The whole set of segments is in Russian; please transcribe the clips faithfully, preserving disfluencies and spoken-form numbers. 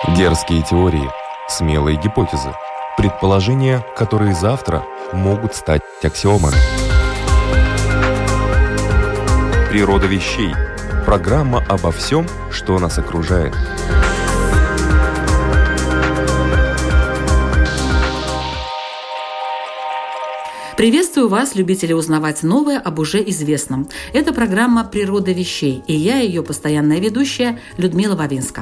Дерзкие теории, смелые гипотезы, предположения, которые завтра могут стать аксиомами. Природа вещей. Программа обо всем, что нас окружает. Приветствую вас, любители узнавать новое об уже известном. Это программа «Природа вещей», и я, ее постоянная ведущая, Людмила Вавинска.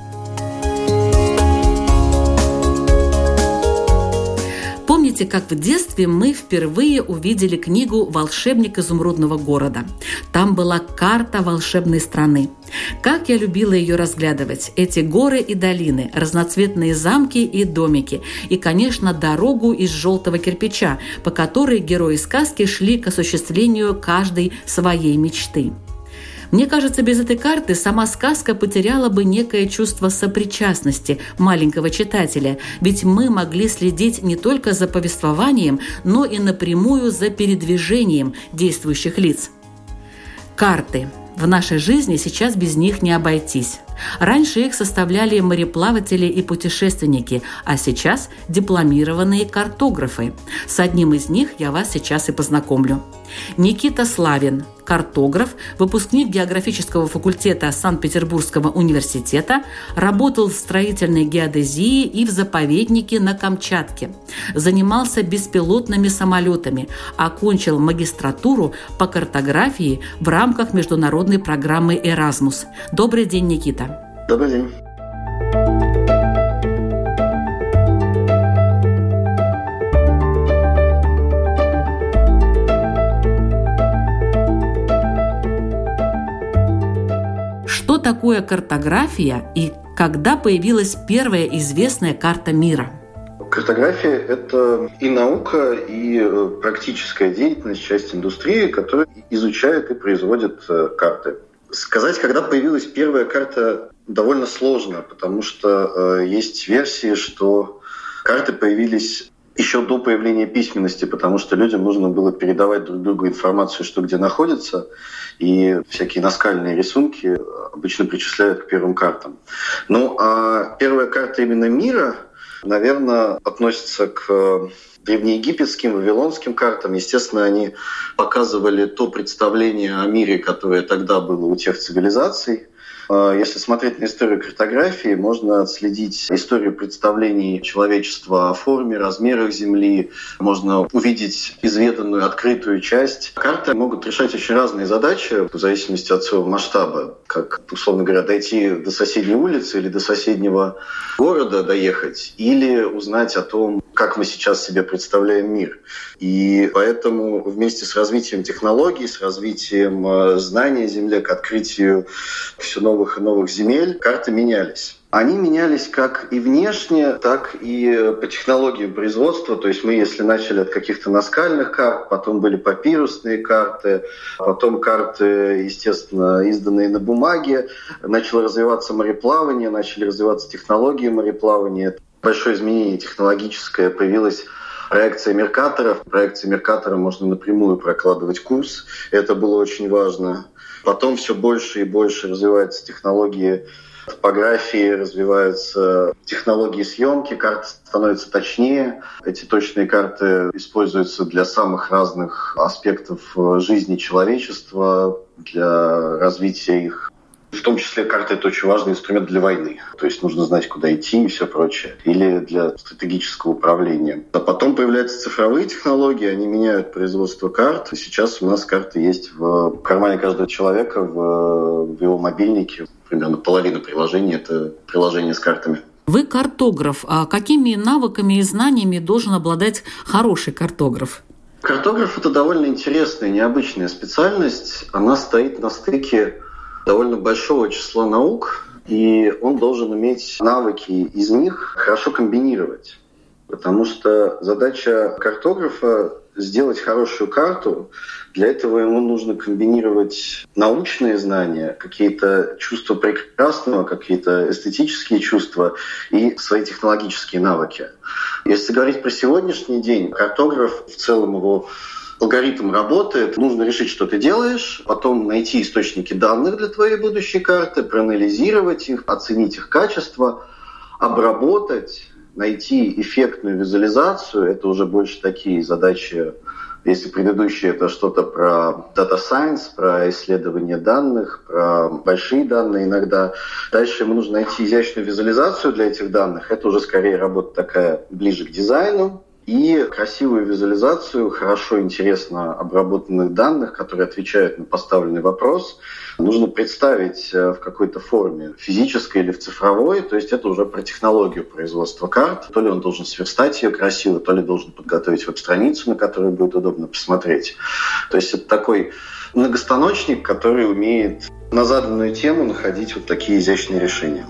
Помните, как в детстве мы впервые увидели книгу «Волшебник изумрудного города». Там была карта волшебной страны. Как я любила ее разглядывать. Эти горы и долины, разноцветные замки и домики. И, конечно, дорогу из желтого кирпича, по которой герои сказки шли к осуществлению каждой своей мечты. Мне кажется, без этой карты сама сказка потеряла бы некое чувство сопричастности маленького читателя, ведь мы могли следить не только за повествованием, но и напрямую за передвижением действующих лиц. Карты. В нашей жизни сейчас без них не обойтись. Раньше их составляли мореплаватели и путешественники, а сейчас дипломированные картографы. С одним из них я вас сейчас и познакомлю. Никита Славин, картограф, выпускник географического факультета Санкт-Петербургского университета, работал в строительной геодезии и в заповеднике на Камчатке. Занимался беспилотными самолетами, окончил магистратуру по картографии в рамках международной программы «Эразмус». Добрый день, Никита. Добрый день. Что такое картография и когда появилась первая известная карта мира? Картография – это и наука, и практическая деятельность, часть индустрии, которая изучает и производит карты. Сказать, когда появилась первая карта, довольно сложно, потому что э, есть версии, что карты появились еще до появления письменности, потому что людям нужно было передавать друг другу информацию, что где находится, и всякие наскальные рисунки обычно причисляют к первым картам. Ну а первая карта именно мира, наверное, относится к древнеегипетским, вавилонским картам. Естественно, они показывали то представление о мире, которое тогда было у тех цивилизаций. Если смотреть на историю картографии, можно отследить историю представлений человечества о форме, размерах Земли. Можно увидеть изведанную открытую часть. Карты могут решать очень разные задачи в зависимости от своего масштаба. Как, условно говоря, дойти до соседней улицы или до соседнего города доехать, или узнать о том, как мы сейчас себе представляем мир. И поэтому вместе с развитием технологий, с развитием знаний о Земле, к открытию все новых и новых земель, карты менялись. Они менялись как и внешне, так и по технологиям производства. То есть мы, если начали от каких-то наскальных карт, потом были папирусные карты, потом карты, естественно, изданные на бумаге, начало развиваться мореплавание, начали развиваться технологии мореплавания. Большое изменение технологическое, появилась проекция Меркаторов. Проекцией Меркатора можно напрямую прокладывать курс. Это было очень важно. Потом все больше и больше развиваются технологии топографии, развиваются технологии съемки, карты становятся точнее. Эти точные карты используются для самых разных аспектов жизни человечества, для развития их. В том числе карта — это очень важный инструмент для войны. То есть нужно знать, куда идти и все прочее. Или для стратегического управления. А потом появляются цифровые технологии, они меняют производство карт. И сейчас у нас карты есть в кармане каждого человека, в, в его мобильнике. Примерно половина приложений — это приложения с картами. Вы картограф. А какими навыками и знаниями должен обладать хороший картограф? Картограф — это довольно интересная, необычная специальность. Она стоит на стыке довольно большого числа наук, и он должен иметь навыки из них хорошо комбинировать. Потому что задача картографа — сделать хорошую карту. Для этого ему нужно комбинировать научные знания, какие-то чувства прекрасного, какие-то эстетические чувства и свои технологические навыки. Если говорить про сегодняшний день, картограф, в целом его алгоритм работает. Нужно решить, что ты делаешь, потом найти источники данных для твоей будущей карты, проанализировать их, оценить их качество, обработать, найти эффектную визуализацию, это уже больше такие задачи. Если предыдущие это что-то про Data Science, про исследование данных, про большие данные иногда. Дальше ему нужно найти изящную визуализацию для этих данных. Это уже скорее работа такая ближе к дизайну. И красивую визуализацию хорошо, интересно обработанных данных, которые отвечают на поставленный вопрос, нужно представить в какой-то форме, физической или в цифровой. То есть это уже про технологию производства карт. То ли он должен сверстать ее красиво, то ли должен подготовить веб-страницу, на которую будет удобно посмотреть. То есть это такой многостаночник, который умеет на заданную тему находить вот такие изящные решения.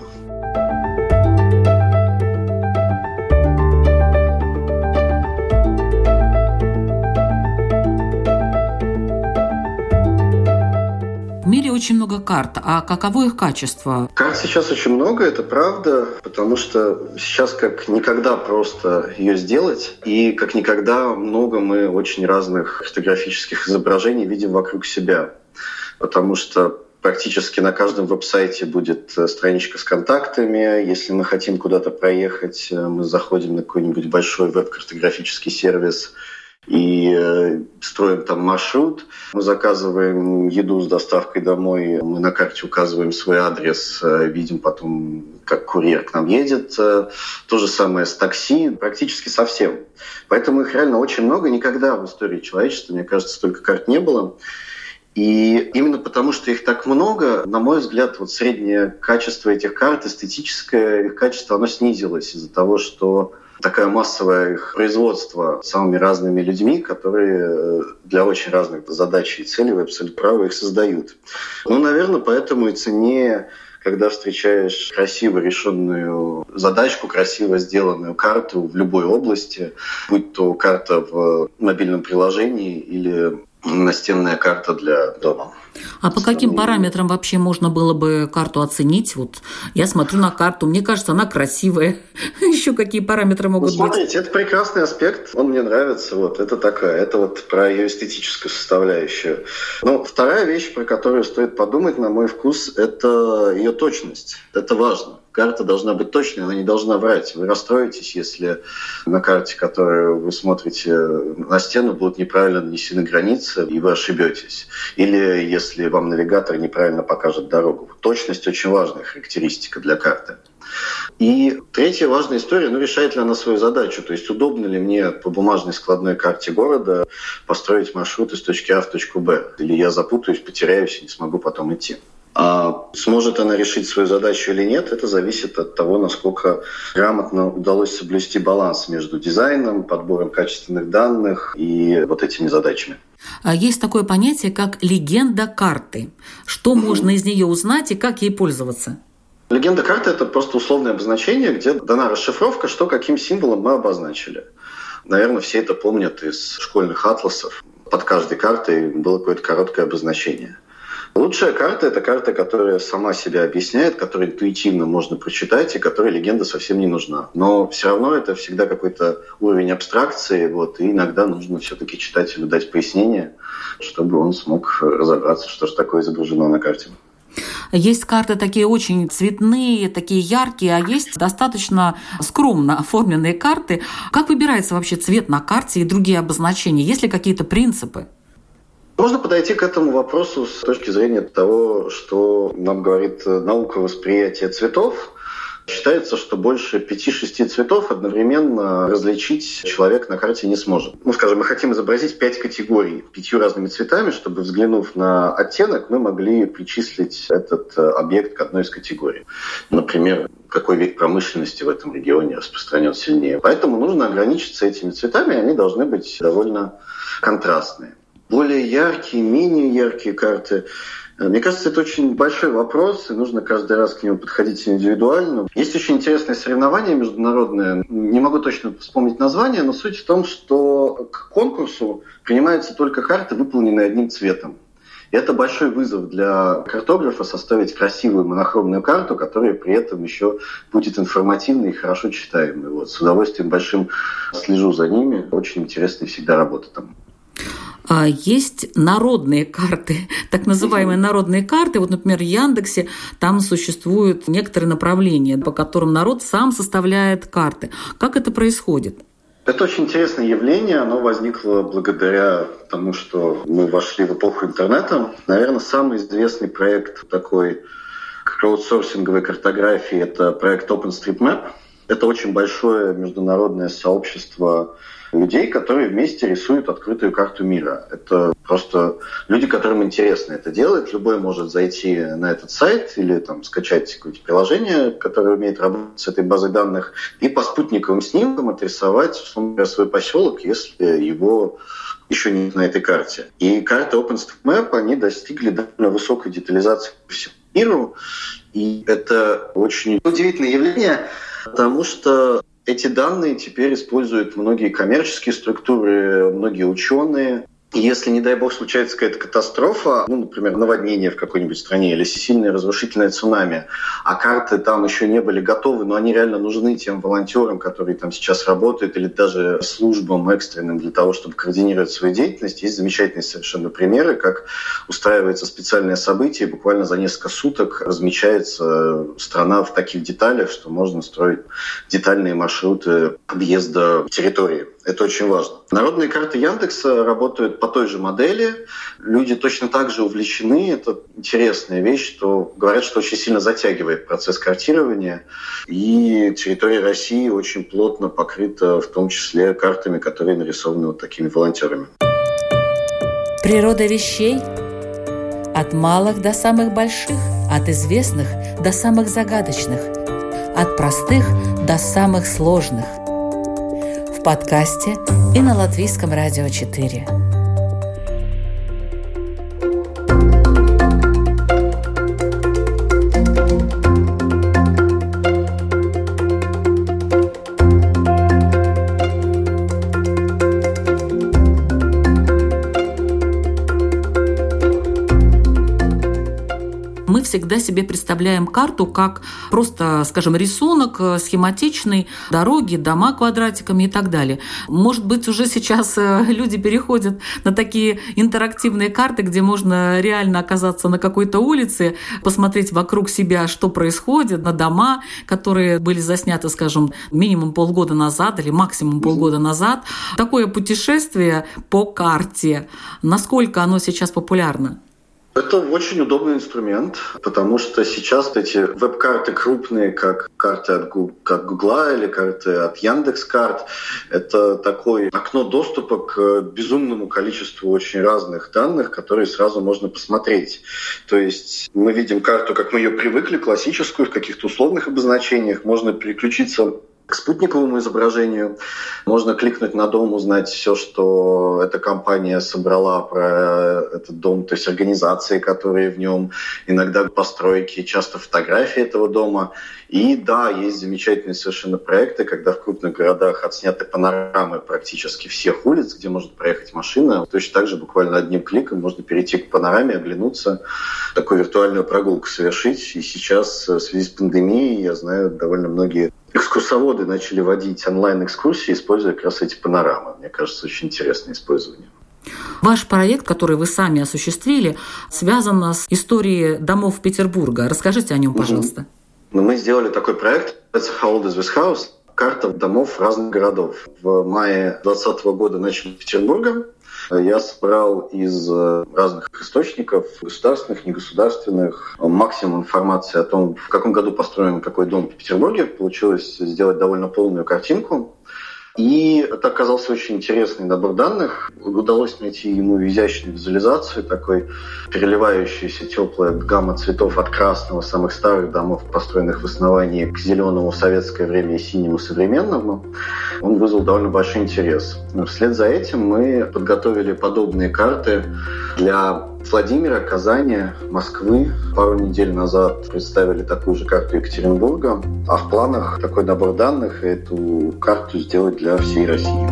В мире очень много карт, а каково их качество? Карт сейчас очень много, это правда, потому что сейчас как никогда просто ее сделать, и как никогда много мы очень разных картографических изображений видим вокруг себя, потому что практически на каждом веб-сайте будет страничка с контактами. Если мы хотим куда-то проехать, мы заходим на какой-нибудь большой веб-картографический сервис и строим там маршрут. Мы заказываем еду с доставкой домой, мы на карте указываем свой адрес, видим потом, как курьер к нам едет. То же самое с такси, практически со всем. Поэтому их реально очень много. Никогда в истории человечества, мне кажется, столько карт не было. И именно потому, что их так много, на мой взгляд, вот среднее качество этих карт, эстетическое их качество, оно снизилось из-за того, что такое массовое их производство самыми разными людьми, которые для очень разных задач и целей, вы абсолютно правы, их создают. Ну, наверное, поэтому и ценнее, когда встречаешь красиво решенную задачку, красиво сделанную карту в любой области, будь то карта в мобильном приложении или настенная карта для дома. А по каким параметрам вообще можно было бы карту оценить? Вот я смотрю на карту, мне кажется, она красивая. Еще какие параметры могут ну, смотрите, быть? Смотрите, это прекрасный аспект, он мне нравится. Вот, это такая, это вот про ее эстетическую составляющую. Но вторая вещь, про которую стоит подумать, на мой вкус, это ее точность. Это важно. Карта должна быть точной, она не должна врать. Вы расстроитесь, если на карте, которую вы смотрите на стену, будут неправильно нанесены границы, и вы ошибетесь. Или если вам навигатор неправильно покажет дорогу. Точность очень важная характеристика для карты. И третья важная история, ну, решает ли она свою задачу. То есть удобно ли мне по бумажной складной карте города построить маршрут из точки А в точку Б. Или я запутаюсь, потеряюсь и не смогу потом идти. А сможет она решить свою задачу или нет, это зависит от того, насколько грамотно удалось соблюсти баланс между дизайном, подбором качественных данных и вот этими задачами. Есть такое понятие, как легенда карты. Что mm-hmm. можно из нее узнать и как ей пользоваться? Легенда карты – это просто условное обозначение, где дана расшифровка, что каким символом мы обозначили. Наверное, все это помнят из школьных атласов. Под каждой картой было какое-то короткое обозначение. Лучшая карта – это карта, которая сама себя объясняет, которую интуитивно можно прочитать и которой легенда совсем не нужна. Но все равно это всегда какой-то уровень абстракции, вот, и иногда нужно все-таки читателю дать пояснение, чтобы он смог разобраться, что же такое изображено на карте. Есть карты такие очень цветные, такие яркие, а есть достаточно скромно оформленные карты. Как выбирается вообще цвет на карте и другие обозначения? Есть ли какие-то принципы? Можно подойти к этому вопросу с точки зрения того, что нам говорит наука восприятия цветов. Считается, что больше пяти-шести цветов одновременно различить человек на карте не сможет. Ну, скажем, мы хотим изобразить пять категорий пятью разными цветами, чтобы, взглянув на оттенок, мы могли причислить этот объект к одной из категорий. Например, какой вид промышленности в этом регионе распространен сильнее. Поэтому нужно ограничиться этими цветами, они должны быть довольно контрастные. Более яркие, менее яркие карты. Мне кажется, это очень большой вопрос, и нужно каждый раз к нему подходить индивидуально. Есть очень интересное соревнование международное. Не могу точно вспомнить название, но суть в том, что к конкурсу принимаются только карты, выполненные одним цветом. И это большой вызов для картографа составить красивую монохромную карту, которая при этом еще будет информативной и хорошо читаемой. Вот. С удовольствием большим слежу за ними. Очень интересная всегда работа там. Есть народные карты, так называемые народные карты. Вот, например, в Яндексе там существуют некоторые направления, по которым народ сам составляет карты. Как это происходит? Это очень интересное явление, оно возникло благодаря тому, что мы вошли в эпоху интернета. Наверное, самый известный проект такой краудсорсинговой картографии – это проект OpenStreetMap. Это очень большое международное сообщество людей, которые вместе рисуют открытую карту мира. Это просто люди, которым интересно это делать. Любой может зайти на этот сайт или там, скачать какое-то приложение, которое умеет работать с этой базой данных, и по спутниковым снимкам отрисовать свой поселок, если его еще нет на этой карте. И карты OpenStreetMap, они достигли довольно высокой детализации по всему миру. И это очень удивительное явление, потому что эти данные теперь используют многие коммерческие структуры, многие ученые. И если, не дай бог, случается какая-то катастрофа, ну, например, наводнение в какой-нибудь стране или сильное разрушительное цунами, а карты там еще не были готовы, но они реально нужны тем волонтерам, которые там сейчас работают, или даже службам экстренным для того, чтобы координировать свою деятельность. Есть замечательные совершенно примеры, как устраивается специальное событие, и буквально за несколько суток размечается страна в таких деталях, что можно строить детальные маршруты объезда территории. Это очень важно. Народные карты Яндекса работают по той же модели. Люди точно так же увлечены. Это интересная вещь, что говорят, что очень сильно затягивает процесс картирования. И территория России очень плотно покрыта, в том числе картами, которые нарисованы вот такими волонтерами. Природа вещей от малых до самых больших, от известных до самых загадочных, от простых до самых сложных. В подкасте и на Латвийском радио четыре. Мы всегда себе представляем карту как просто, скажем, рисунок схематичный, дороги, дома квадратиками и так далее. Может быть, уже сейчас люди переходят на такие интерактивные карты, где можно реально оказаться на какой-то улице, посмотреть вокруг себя, что происходит, на дома, которые были засняты, скажем, минимум полгода назад или максимум полгода назад. Такое путешествие по карте, насколько оно сейчас популярно? Это очень удобный инструмент, потому что сейчас эти веб-карты крупные, как карты от Гугла или карты от Яндекс.Карт, это такое окно доступа к безумному количеству очень разных данных, которые сразу можно посмотреть. То есть мы видим карту, как мы ее привыкли, классическую, в каких-то условных обозначениях. Можно переключиться к спутниковому изображению. Можно кликнуть на дом, узнать все, что эта компания собрала про этот дом, то есть организации, которые в нем, иногда постройки, часто фотографии этого дома. И да, есть замечательные совершенно проекты, когда в крупных городах отсняты панорамы практически всех улиц, где может проехать машина. Точно так же буквально одним кликом можно перейти к панораме, оглянуться, такую виртуальную прогулку совершить. И сейчас в связи с пандемией, я знаю, довольно многие экскурсоводы начали водить онлайн-экскурсии, используя как раз эти панорамы. Мне кажется, очень интересное использование. Ваш проект, который вы сами осуществили, связан с историей домов Петербурга. Расскажите о нем, пожалуйста. Ну, мы сделали такой проект, называется «How old is this house?» Карта домов разных городов. В мае двадцатого года начали с Петербурга. Я собрал из разных источников, государственных, негосударственных, максимум информации о том, в каком году построен какой дом в Петербурге. Получилось сделать довольно полную картинку. И это оказался очень интересный набор данных. Удалось найти ему изящную визуализацию, такой переливающаяся теплая гамма цветов от красного самых старых домов, построенных в основании, к зеленому в советское время и синему современному. Он вызвал довольно большой интерес. Вслед за этим мы подготовили подобные карты для Владимира, Казани, Москвы. Пару недель назад представили такую же карту Екатеринбурга. А в планах такой набор данных, эту карту сделать для всей России.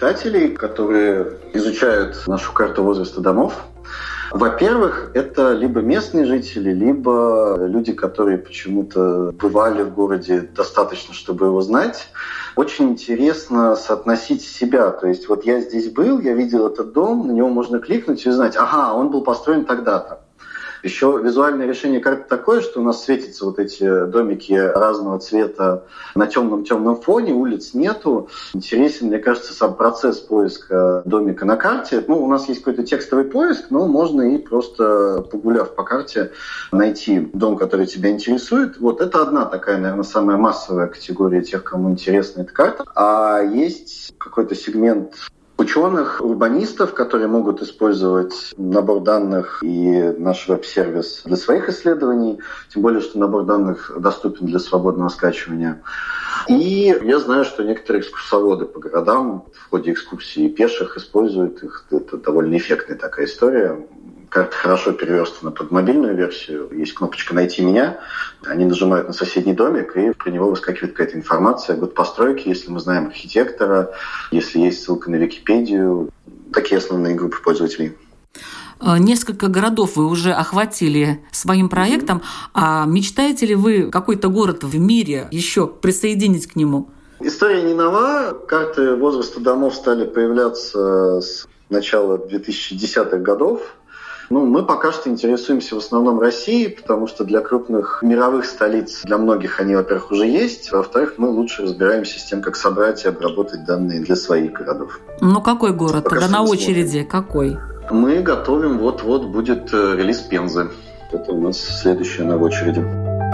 читателей, которые изучают нашу карту возраста домов. Во-первых, это либо местные жители, либо люди, которые почему-то бывали в городе достаточно, чтобы его знать. Очень интересно соотносить себя. То есть вот я здесь был, я видел этот дом, на него можно кликнуть и узнать, ага, он был построен тогда-то. Еще визуальное решение карты такое, что у нас светятся вот эти домики разного цвета на темном-темном фоне, улиц нету. Интересен, мне кажется, сам процесс поиска домика на карте. Ну, у нас есть какой-то текстовый поиск, но можно и просто, погуляв по карте, найти дом, который тебя интересует. Вот это одна такая, наверное, самая массовая категория тех, кому интересна эта карта. А есть какой-то сегмент ученых, урбанистов, которые могут использовать набор данных и наш веб-сервис для своих исследований, тем более, что набор данных доступен для свободного скачивания. И я знаю, что некоторые экскурсоводы по городам в ходе экскурсии пеших используют их. Это довольно эффектная такая история. Карта хорошо переверстана под мобильную версию. Есть кнопочка «Найти меня». Они нажимают на соседний домик, и про него выскакивает какая-то информация, год постройки, если мы знаем архитектора, если есть ссылка на Википедию. Такие основные группы пользователей. Несколько городов вы уже охватили своим проектом. Mm-hmm. А мечтаете ли вы какой-то город в мире еще присоединить к нему? История не нова. Карты возраста домов стали появляться с начала две тысячи десятых годов. Ну, мы пока что интересуемся в основном Россией, потому что для крупных мировых столиц, для многих они, во-первых, уже есть, во-вторых, мы лучше разбираемся с тем, как собрать и обработать данные для своих городов. Ну, какой город? Тогда на очереди какой? Мы готовим, вот-вот будет релиз Пензы. Это у нас следующее на очереди.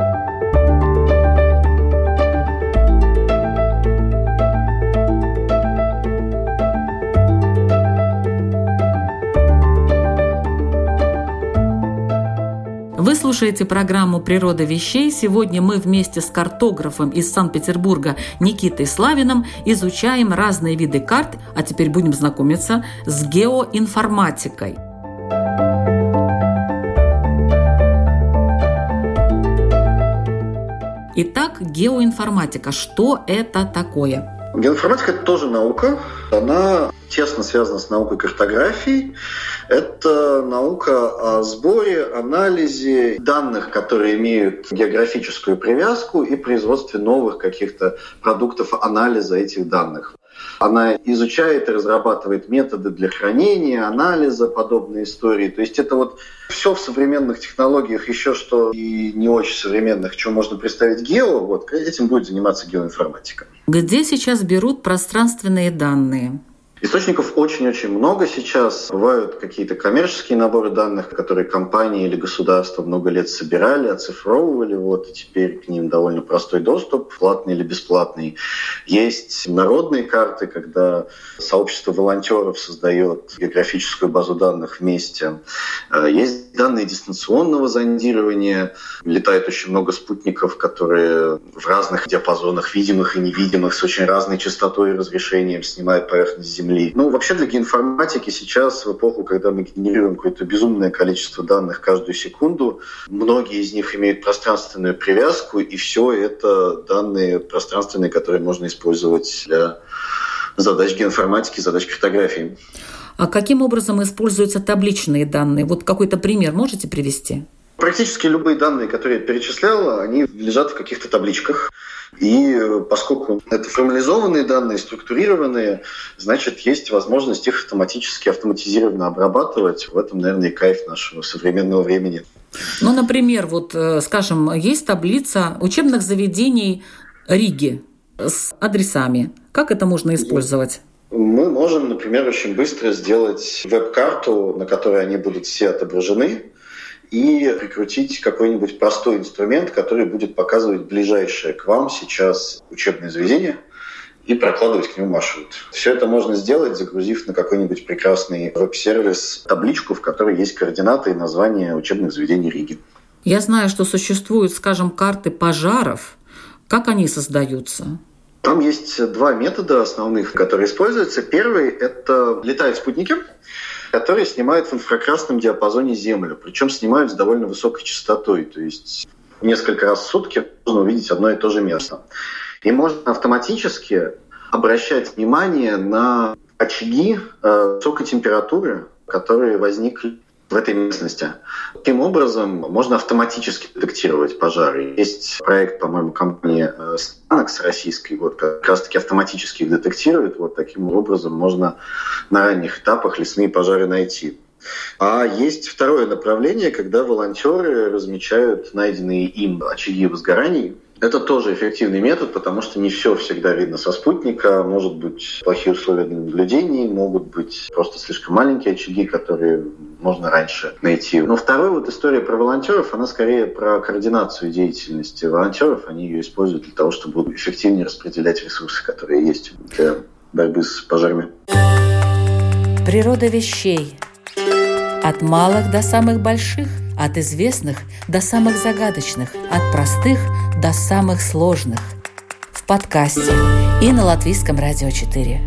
Вы слушаете программу «Природа вещей». Сегодня мы вместе с картографом из Санкт-Петербурга Никитой Славиным изучаем разные виды карт, а теперь будем знакомиться с геоинформатикой. Итак, геоинформатика. Что это такое? Геоинформатика – это тоже наука. Она тесно связана с наукой картографии. Это наука о сборе, анализе данных, которые имеют географическую привязку, и производстве новых каких-то продуктов анализа этих данных. Она изучает и разрабатывает методы для хранения, анализа подобной истории. То есть это вот все в современных технологиях, еще что и не очень современных, что можно представить гео, вот этим будет заниматься геоинформатика. Где сейчас берут пространственные данные? Источников очень-очень много сейчас. Бывают какие-то коммерческие наборы данных, которые компании или государства много лет собирали, оцифровывали, вот, и теперь к ним довольно простой доступ, платный или бесплатный. Есть народные карты, когда сообщество волонтеров создает географическую базу данных вместе. Есть данные дистанционного зондирования. Летает очень много спутников, которые в разных диапазонах, видимых и невидимых, с очень разной частотой и разрешением снимают поверхность Земли. Ну, вообще для геоинформатики сейчас, в эпоху, когда мы генерируем какое-то безумное количество данных каждую секунду, многие из них имеют пространственную привязку, и все это данные пространственные, которые можно использовать для задач геоинформатики, задач картографии. А каким образом используются табличные данные? Вот какой-то пример можете привести? Практически любые данные, которые я перечислял, они лежат в каких-то табличках. И поскольку это формализованные данные, структурированные, значит, есть возможность их автоматически, автоматизированно обрабатывать. В этом, наверное, и кайф нашего современного времени. Ну, например, вот, скажем, есть таблица учебных заведений Риги с адресами. Как это можно использовать? Мы можем, например, очень быстро сделать веб-карту, на которой они будут все отображены, и прикрутить какой-нибудь простой инструмент, который будет показывать ближайшее к вам сейчас учебное заведение и прокладывать к нему маршрут. Все это можно сделать, загрузив на какой-нибудь прекрасный веб-сервис табличку, в которой есть координаты и названия учебных заведений Риги. Я знаю, что существуют, скажем, карты пожаров. Как они создаются? Там есть два метода основных, которые используются. Первый – это летают спутники, которые снимают в инфракрасном диапазоне Землю. Причем снимают с довольно высокой частотой. То есть несколько раз в сутки можно увидеть одно и то же место. И можно автоматически обращать внимание на очаги высокой температуры, которые возникли в этой местности. Таким образом, можно автоматически детектировать пожары. Есть проект, по-моему, компании Stanix российской, вот, как раз-таки автоматически их детектирует. Вот таким образом можно на ранних этапах лесные пожары найти. А есть второе направление, когда волонтеры размечают найденные им очаги возгораний. Это тоже эффективный метод, потому что не все всегда видно со спутника. Может быть, плохие условия для наблюдений, могут быть просто слишком маленькие очаги, которые можно раньше найти. Но вторая вот история про волонтеров, она скорее про координацию деятельности волонтеров. Они ее используют для того, чтобы эффективнее распределять ресурсы, которые есть для борьбы с пожарами. Природа вещей. От малых до самых больших, от известных до самых загадочных, от простых до самых сложных. В подкасте и на Латвийском радио четыре.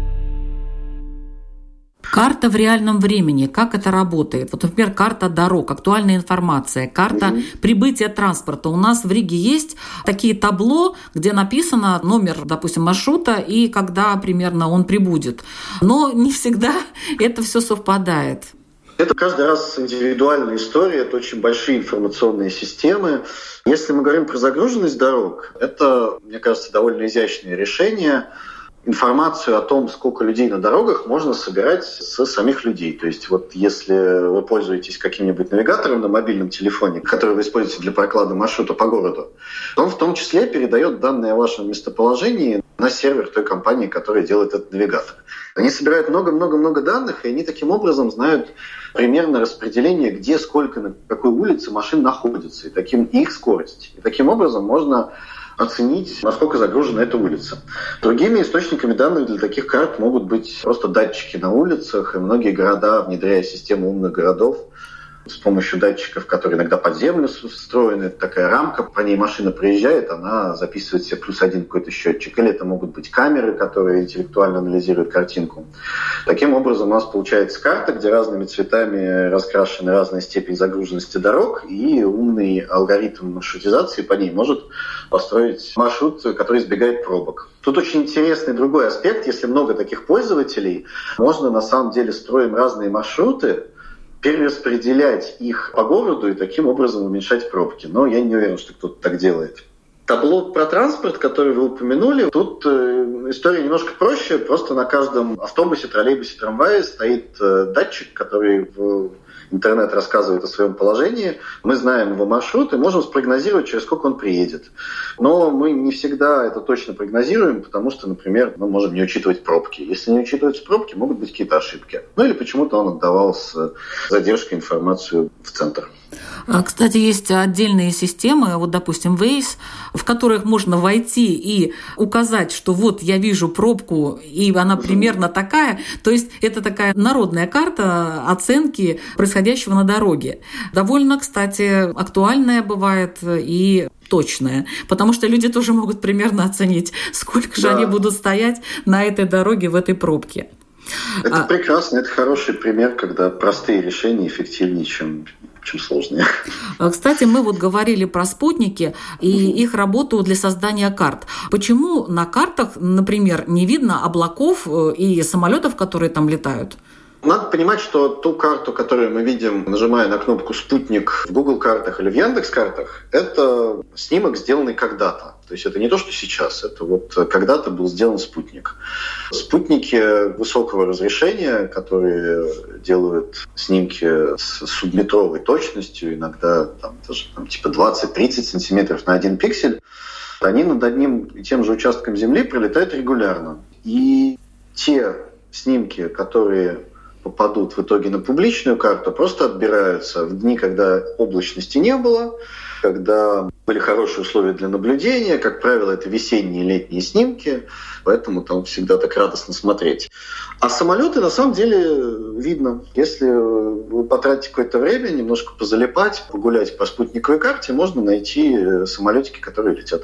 Карта в реальном времени. Как это работает? Вот, например, карта дорог, актуальная информация, карта mm-hmm. прибытия транспорта. У нас в Риге есть такие табло, где написано номер, допустим, маршрута и когда примерно он прибудет. Но не всегда это все совпадает. Это каждый раз индивидуальная история, это очень большие информационные системы. Если мы говорим про загруженность дорог, это, мне кажется, довольно изящное решение. Информацию о том, сколько людей на дорогах, можно собирать со самих людей. То есть вот если вы пользуетесь каким-нибудь навигатором на мобильном телефоне, который вы используете для проклада маршрута по городу, он в том числе передает данные о вашем местоположении на сервер той компании, которая делает этот навигатор. Они собирают много-много-много данных, и они таким образом знают примерно распределение, где, сколько, на какой улице машин находится, и таким их скорость. И таким образом можно оценить, насколько загружена эта улица. Другими источниками данных для таких карт могут быть просто датчики на улицах, и многие города, внедряя систему умных городов, с помощью датчиков, которые иногда под землю встроены, такая рамка, по ней машина проезжает, она записывает себе плюс один какой-то счетчик. Или это могут быть камеры, которые интеллектуально анализируют картинку. Таким образом у нас получается карта, где разными цветами раскрашены разная степень загруженности дорог, и умный алгоритм маршрутизации по ней может построить маршрут, который избегает пробок. Тут очень интересный другой аспект. Если много таких пользователей, можно на самом деле строить разные маршруты, перераспределять их по городу и таким образом уменьшать пробки. Но я не уверен, что кто-то так делает. Табло про транспорт, который вы упомянули, тут э, история немножко проще. Просто на каждом автобусе, троллейбусе, трамвае стоит э, датчик, который в интернет рассказывает о своем положении. Мы знаем его маршрут и можем спрогнозировать, через сколько он приедет. Но мы не всегда это точно прогнозируем, потому что, например, мы можем не учитывать пробки. Если не учитываются пробки, могут быть какие-то ошибки. Ну или почему-то он отдавал с задержкой информацию в центр. Кстати, есть отдельные системы, вот, допустим, Waze, в которых можно войти и указать, что вот я вижу пробку, и она примерно такая. То есть это такая народная карта оценки происходящего на дороге. Довольно, кстати, актуальная бывает и точная, потому что люди тоже могут примерно оценить, сколько же да. они будут стоять на этой дороге, в этой пробке. Это а... прекрасно, это хороший пример, когда простые решения эффективнее, чем, чем сложные. Кстати, мы вот говорили про спутники и их работу для создания карт. Почему на картах, например, не видно облаков и самолетов, которые там летают? Надо понимать, что ту карту, которую мы видим, нажимая на кнопку «Спутник» в Google картах или в Яндекс.Картах, это снимок, сделанный когда-то. То есть это не то, что сейчас, это вот когда-то был сделан спутник. Спутники высокого разрешения, которые делают снимки с субметровой точностью, иногда там, даже там, типа двадцать-тридцать сантиметров на один пиксель, они над одним и тем же участком Земли пролетают регулярно. И те снимки, которые попадут в итоге на публичную карту, просто отбираются в дни, когда облачности не было, когда были хорошие условия для наблюдения. Как правило, это весенние и летние снимки, поэтому там всегда так радостно смотреть. А самолеты на самом деле видно. Если вы потратите какое-то время, немножко позалипать, погулять по спутниковой карте, можно найти самолетики, которые летят.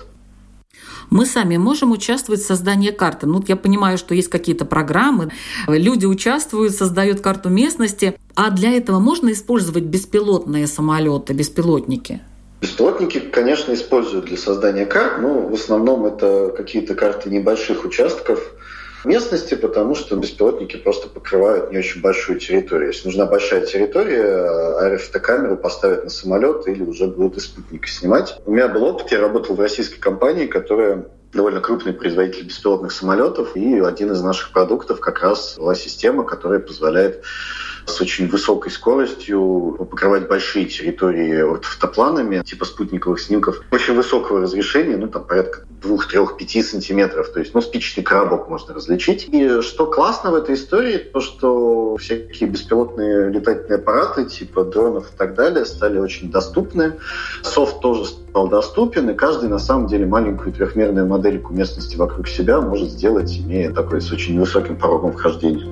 Мы сами можем участвовать в создании карты. Ну, я понимаю, что есть какие-то программы, люди участвуют, создают карту местности. А для этого можно использовать беспилотные самолеты, беспилотники? Беспилотники, конечно, используют для создания карт, но в основном это какие-то карты небольших участков. местности, потому что беспилотники просто покрывают не очень большую территорию. Если нужна большая территория, аэрофотокамеру поставят на самолет или уже будут из спутника снимать. У меня был опыт, я работал в российской компании, которая довольно крупный производитель беспилотных самолетов, и один из наших продуктов как раз была система, которая позволяет с очень высокой скоростью покрывать большие территории ортофотопланами, типа спутниковых снимков, очень высокого разрешения, ну там порядка двух-трех-пяти сантиметров, то есть ну, спичечный коробок можно различить. И что классно в этой истории, то что всякие беспилотные летательные аппараты, типа дронов и так далее, стали очень доступны. Софт тоже стал доступен, и каждый на самом деле маленькую трехмерную модельку местности вокруг себя может сделать, имея такой с очень высоким порогом вхождения.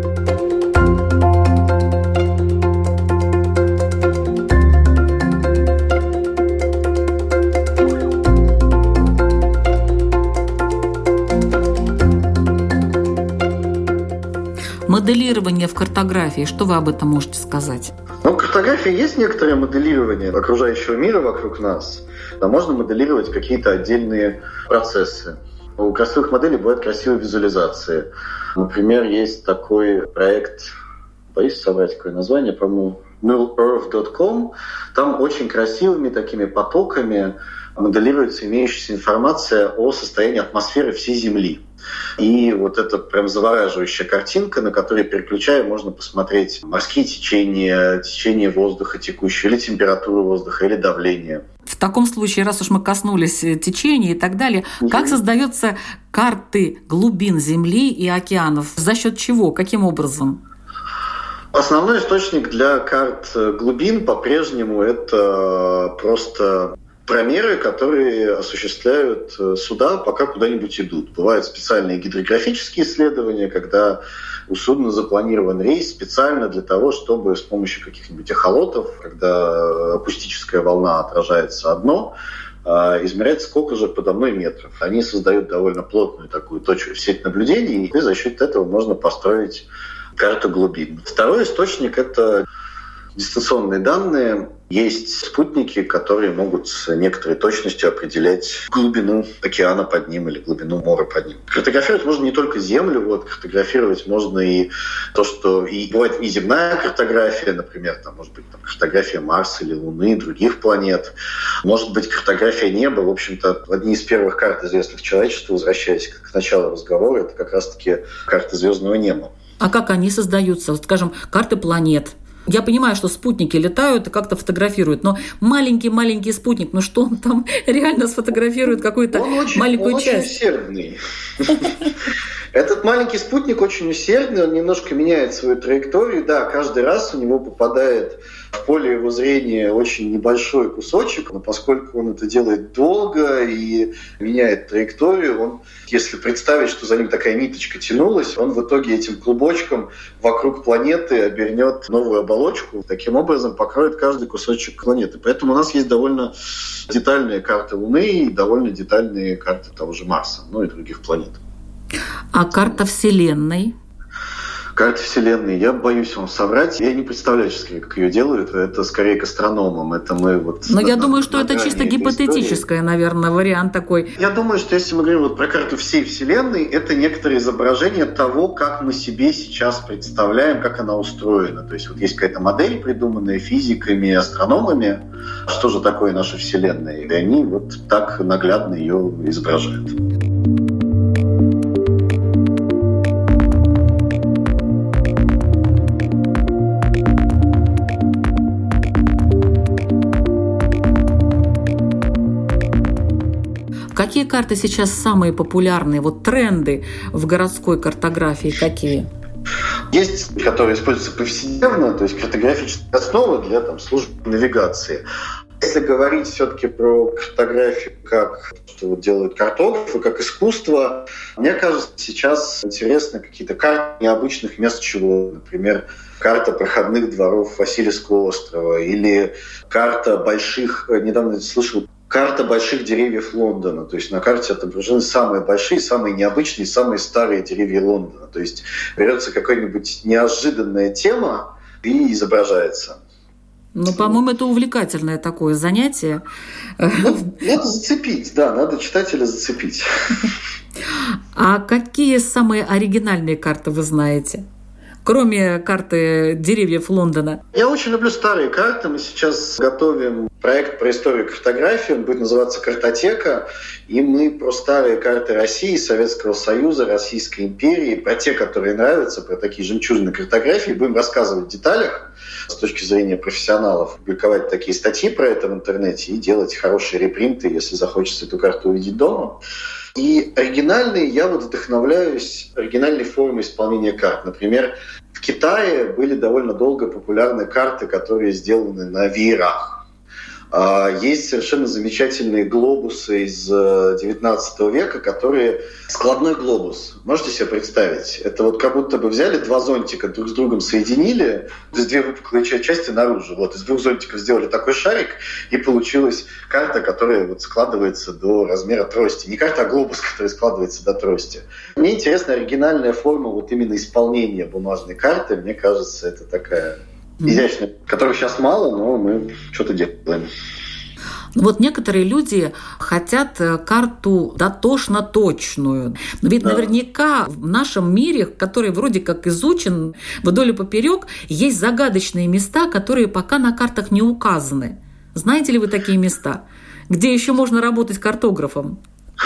Моделирование в картографии, что вы об этом можете сказать? Ну, в картографии есть некоторое моделирование окружающего мира вокруг нас. Да, можно моделировать какие-то отдельные процессы. У красивых моделей бывают красивые визуализации. Например, есть такой проект, боюсь соврать какое название, по-моему, null earth dot com. Там очень красивыми такими потоками моделируется имеющаяся информация о состоянии атмосферы всей Земли. И вот это прям завораживающая картинка, на которой, переключая, можно посмотреть морские течения, течение воздуха текущего, или температуру воздуха, или давление. В таком случае, раз уж мы коснулись течения и так далее, угу. Как создаются карты глубин Земли и океанов? За счет чего? Каким образом? Основной источник для карт глубин по-прежнему это просто промеры, которые осуществляют суда, пока куда-нибудь идут. Бывают специальные гидрографические исследования, когда у судна запланирован рейс специально для того, чтобы с помощью каких-нибудь эхолотов, когда акустическая волна отражается одно, измерять, сколько же подо мной метров. Они создают довольно плотную такую точку сеть наблюдений, и за счет этого можно построить карту глубин. Второй источник — это дистанционные данные. Есть спутники, которые могут с некоторой точностью определять глубину океана под ним или глубину моря под ним. Картографировать можно не только Землю, вот, картографировать можно и то, что и бывает неземная картография, например, там, может быть, там, картография Марса или Луны, других планет. Может быть, картография неба. В общем-то, одни из первых карт, известных человечеству, возвращаясь к началу разговора, это как раз-таки карты звездного неба. А как они создаются? Вот, скажем, карты планет. Я понимаю, что спутники летают и как-то фотографируют, но маленький-маленький спутник, ну что он там реально сфотографирует какую-то он очень, маленькую он часть? Он очень усердный. Этот маленький спутник очень усердный, он немножко меняет свою траекторию. Да, каждый раз у него попадает в поле его зрения очень небольшой кусочек, но поскольку он это делает долго и меняет траекторию, он, если представить, что за ним такая ниточка тянулась, он в итоге этим клубочком вокруг планеты обернет новую оболочку, таким образом покроет каждый кусочек планеты. Поэтому у нас есть довольно детальные карты Луны и довольно детальные карты того же Марса, ну и других планет. А карта Вселенной? Карта Вселенной, я боюсь вам соврать. Я не представляю, как ее делают. Это скорее к астрономам. Это мы вот. Но я думаю, что это чисто гипотетическое, наверное, вариант такой. Я думаю, что если мы говорим вот про карту всей Вселенной, это некоторое изображение того, как мы себе сейчас представляем, как она устроена. То есть вот есть какая-то модель, придуманная физиками и астрономами, что же такое наша Вселенная. И они вот так наглядно ее изображают. Какие карты сейчас самые популярные? Вот тренды в городской картографии какие? Есть, которые используются повседневно, то есть картографические основы для там, служб навигации. Если говорить все-таки про картографию, как что делают картографы, как искусство, мне кажется, сейчас интересны какие-то карты необычных мест чего. Например, карта проходных дворов Васильевского острова или карта больших, недавно слышал, карта больших деревьев Лондона. То есть на карте отображены самые большие, самые необычные, самые старые деревья Лондона. То есть берется какая-нибудь неожиданная тема и изображается. Ну, по-моему, это увлекательное такое занятие. Ну, надо зацепить, да, надо читателя зацепить. А какие самые оригинальные карты вы знаете? Кроме карты деревьев Лондона. Я очень люблю старые карты. Мы сейчас готовим проект про историю картографии. Он будет называться «Картотека». И мы про старые карты России, Советского Союза, Российской империи, про те, которые нравятся, про такие жемчужины картографии, будем рассказывать в деталях с точки зрения профессионалов, публиковать такие статьи про это в интернете и делать хорошие репринты, если захочется эту карту увидеть дома. И оригинальные, я вот вдохновляюсь оригинальной формой исполнения карт. Например, в Китае были довольно долго популярны карты, которые сделаны на веерах. Есть совершенно замечательные глобусы из девятнадцатого века, которые... Складной глобус. Можете себе представить? Это вот как будто бы взяли два зонтика, друг с другом соединили, то есть две выпуклые части наружу. Вот из двух зонтиков сделали такой шарик, и получилась карта, которая вот складывается до размера трости. Не карта, а глобус, который складывается до трости. Мне интересна оригинальная форма вот именно исполнения бумажной карты. Мне кажется, это такая... изящная, которых сейчас мало, но мы что-то делаем. Вот некоторые люди хотят карту дотошно точную. Но ведь да. наверняка в нашем мире, который вроде как изучен вдоль и поперек, есть загадочные места, которые пока на картах не указаны. Знаете ли вы такие места, где еще можно работать картографом?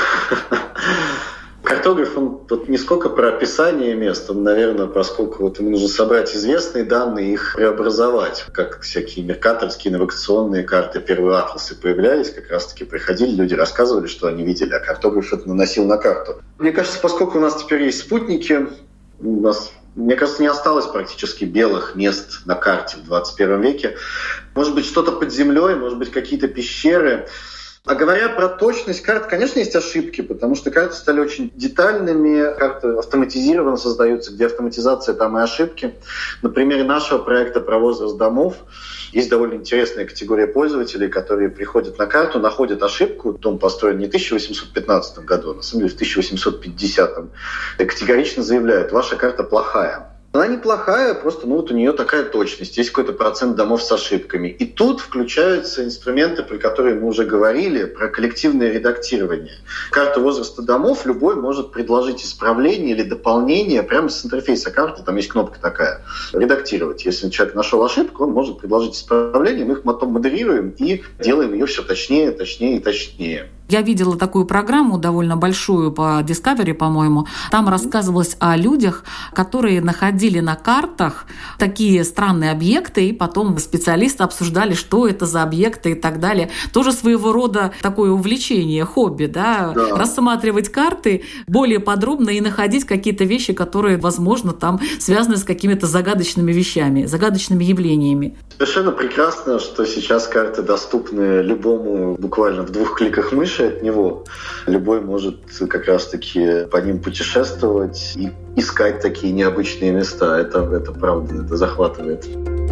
Картограф, он тут не сколько про описание мест, он, наверное, поскольку вот ему нужно собрать известные данные и их преобразовать. Как всякие меркаторские навигационные карты, первые атласы появлялись, как раз-таки приходили, люди рассказывали, что они видели, а картограф это наносил на карту. Мне кажется, поскольку у нас теперь есть спутники, у нас, мне кажется, не осталось практически белых мест на карте в двадцать первом веке. Может быть, что-то под землей, может быть, какие-то пещеры. А говоря про точность карт, конечно, есть ошибки, потому что карты стали очень детальными, карты автоматизированно создаются, где автоматизация, там и ошибки. На примере нашего проекта про возраст домов есть довольно интересная категория пользователей, которые приходят на карту, находят ошибку, дом построен не в тысяча восемьсот пятнадцатом году, а на самом деле в тысяча восемьсот пятидесятом, и категорично заявляют, ваша карта плохая. Она неплохая, просто ну, вот у нее такая точность, есть какой-то процент домов с ошибками. И тут включаются инструменты, про которые мы уже говорили, про коллективное редактирование. Карту возраста домов любой может предложить исправление или дополнение прямо с интерфейса карты, там есть кнопка такая, редактировать. Если человек нашел ошибку, он может предложить исправление, мы их потом модерируем и делаем ее все точнее, точнее и точнее. Я видела такую программу, довольно большую, по Discovery, по-моему. Там рассказывалось о людях, которые находили на картах такие странные объекты, и потом специалисты обсуждали, что это за объекты и так далее. Тоже своего рода такое увлечение, хобби, да? Да. Рассматривать карты более подробно и находить какие-то вещи, которые, возможно, там связаны с какими-то загадочными вещами, загадочными явлениями. Совершенно прекрасно, что сейчас карты доступны любому буквально в двух кликах мыши от него. Любой может как раз-таки по ним путешествовать и искать такие необычные места. Это, это правда, это захватывает.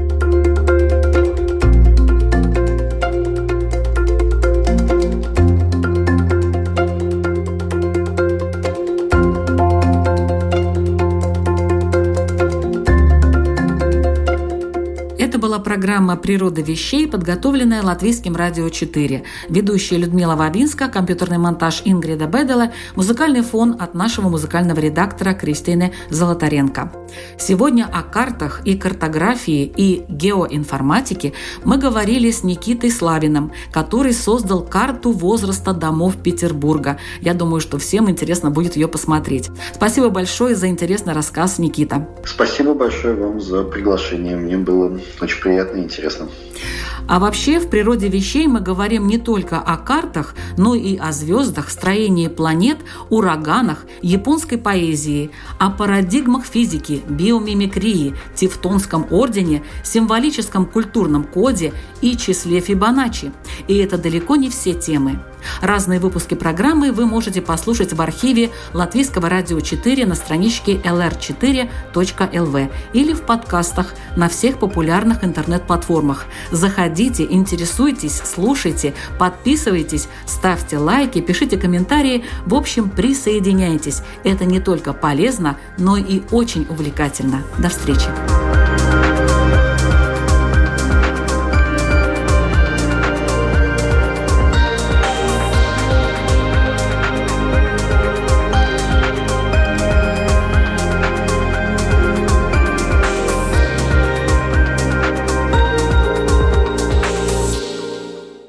Была программа «Природа вещей», подготовленная Латвийским радио четыре. Ведущая Людмила Вавинска, компьютерный монтаж Ингрида Бедела, музыкальный фон от нашего музыкального редактора Кристины Золотаренко. Сегодня о картах и картографии и геоинформатике мы говорили с Никитой Славиным, который создал карту возраста домов Петербурга. Я думаю, что всем интересно будет ее посмотреть. Спасибо большое за интересный рассказ, Никита. Спасибо большое вам за приглашение. Мне было очень приятно и интересно. А вообще в природе вещей мы говорим не только о картах, но и о звездах, строении планет, ураганах, японской поэзии, о парадигмах физики, биомимикрии, Тевтонском ордене, символическом культурном коде и числе Фибоначчи. И это далеко не все темы. Разные выпуски программы вы можете послушать в архиве Латвийского радио четыре на страничке эл эр четыре точка эл ви или в подкастах на всех популярных интернет-платформах. Заходите, интересуйтесь, слушайте, подписывайтесь, ставьте лайки, пишите комментарии. В общем, присоединяйтесь. Это не только полезно, но и очень увлекательно. До встречи!